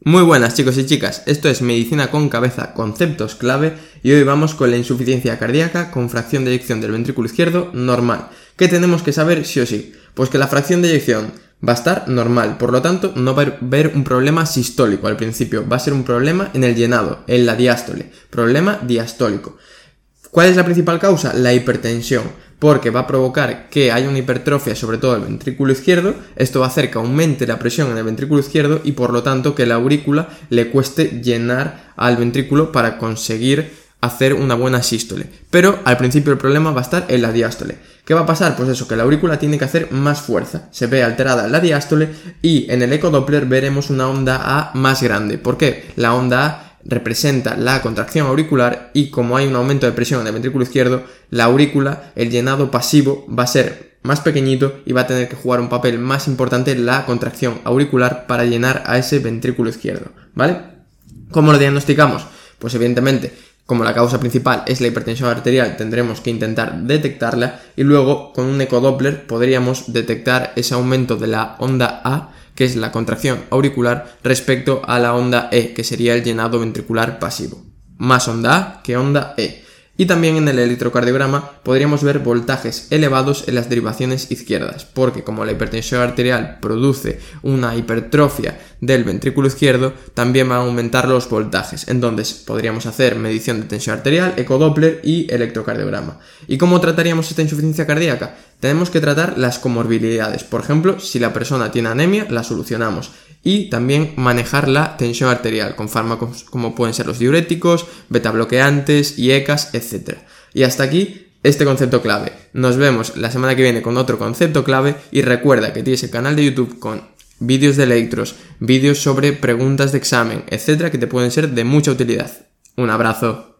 Muy buenas chicos y chicas, esto es Medicina con Cabeza, conceptos clave, y hoy vamos con la insuficiencia cardíaca con fracción de eyección del ventrículo izquierdo normal. ¿Qué tenemos que saber sí o sí? Pues que la fracción de eyección va a estar normal, por lo tanto no va a haber un problema sistólico al principio, va a ser un problema en el llenado, en la diástole, problema diastólico. ¿Cuál es la principal causa? La hipertensión, porque va a provocar que haya una hipertrofia sobre todo del ventrículo izquierdo. Esto va a hacer que aumente la presión en el ventrículo izquierdo y por lo tanto que la aurícula le cueste llenar al ventrículo para conseguir hacer una buena sístole. Pero al principio el problema va a estar en la diástole. ¿Qué va a pasar? Pues eso, que la aurícula tiene que hacer más fuerza. Se ve alterada la diástole y en el ecodoppler veremos una onda A más grande. ¿Por qué? La onda A representa la contracción auricular y como hay un aumento de presión en el ventrículo izquierdo, la aurícula, el llenado pasivo, va a ser más pequeñito y va a tener que jugar un papel más importante la contracción auricular para llenar a ese ventrículo izquierdo, ¿vale? ¿Cómo lo diagnosticamos? Pues evidentemente, como la causa principal es la hipertensión arterial, tendremos que intentar detectarla y luego con un ecodoppler podríamos detectar ese aumento de la onda A, que es la contracción auricular, respecto a la onda E, que sería el llenado ventricular pasivo. Más onda A que onda E. Y también en el electrocardiograma podríamos ver voltajes elevados en las derivaciones izquierdas, porque como la hipertensión arterial produce una hipertrofia del ventrículo izquierdo, también van a aumentar los voltajes. Entonces podríamos hacer medición de tensión arterial, ecodoppler y electrocardiograma. ¿Y cómo trataríamos esta insuficiencia cardíaca? Tenemos que tratar las comorbilidades. Por ejemplo, si la persona tiene anemia, la solucionamos. Y también manejar la tensión arterial con fármacos como pueden ser los diuréticos, betabloqueantes, IECAs, etc. Y hasta aquí este concepto clave. Nos vemos la semana que viene con otro concepto clave y recuerda que tienes el canal de YouTube con vídeos de electros, vídeos sobre preguntas de examen, etc. que te pueden ser de mucha utilidad. Un abrazo.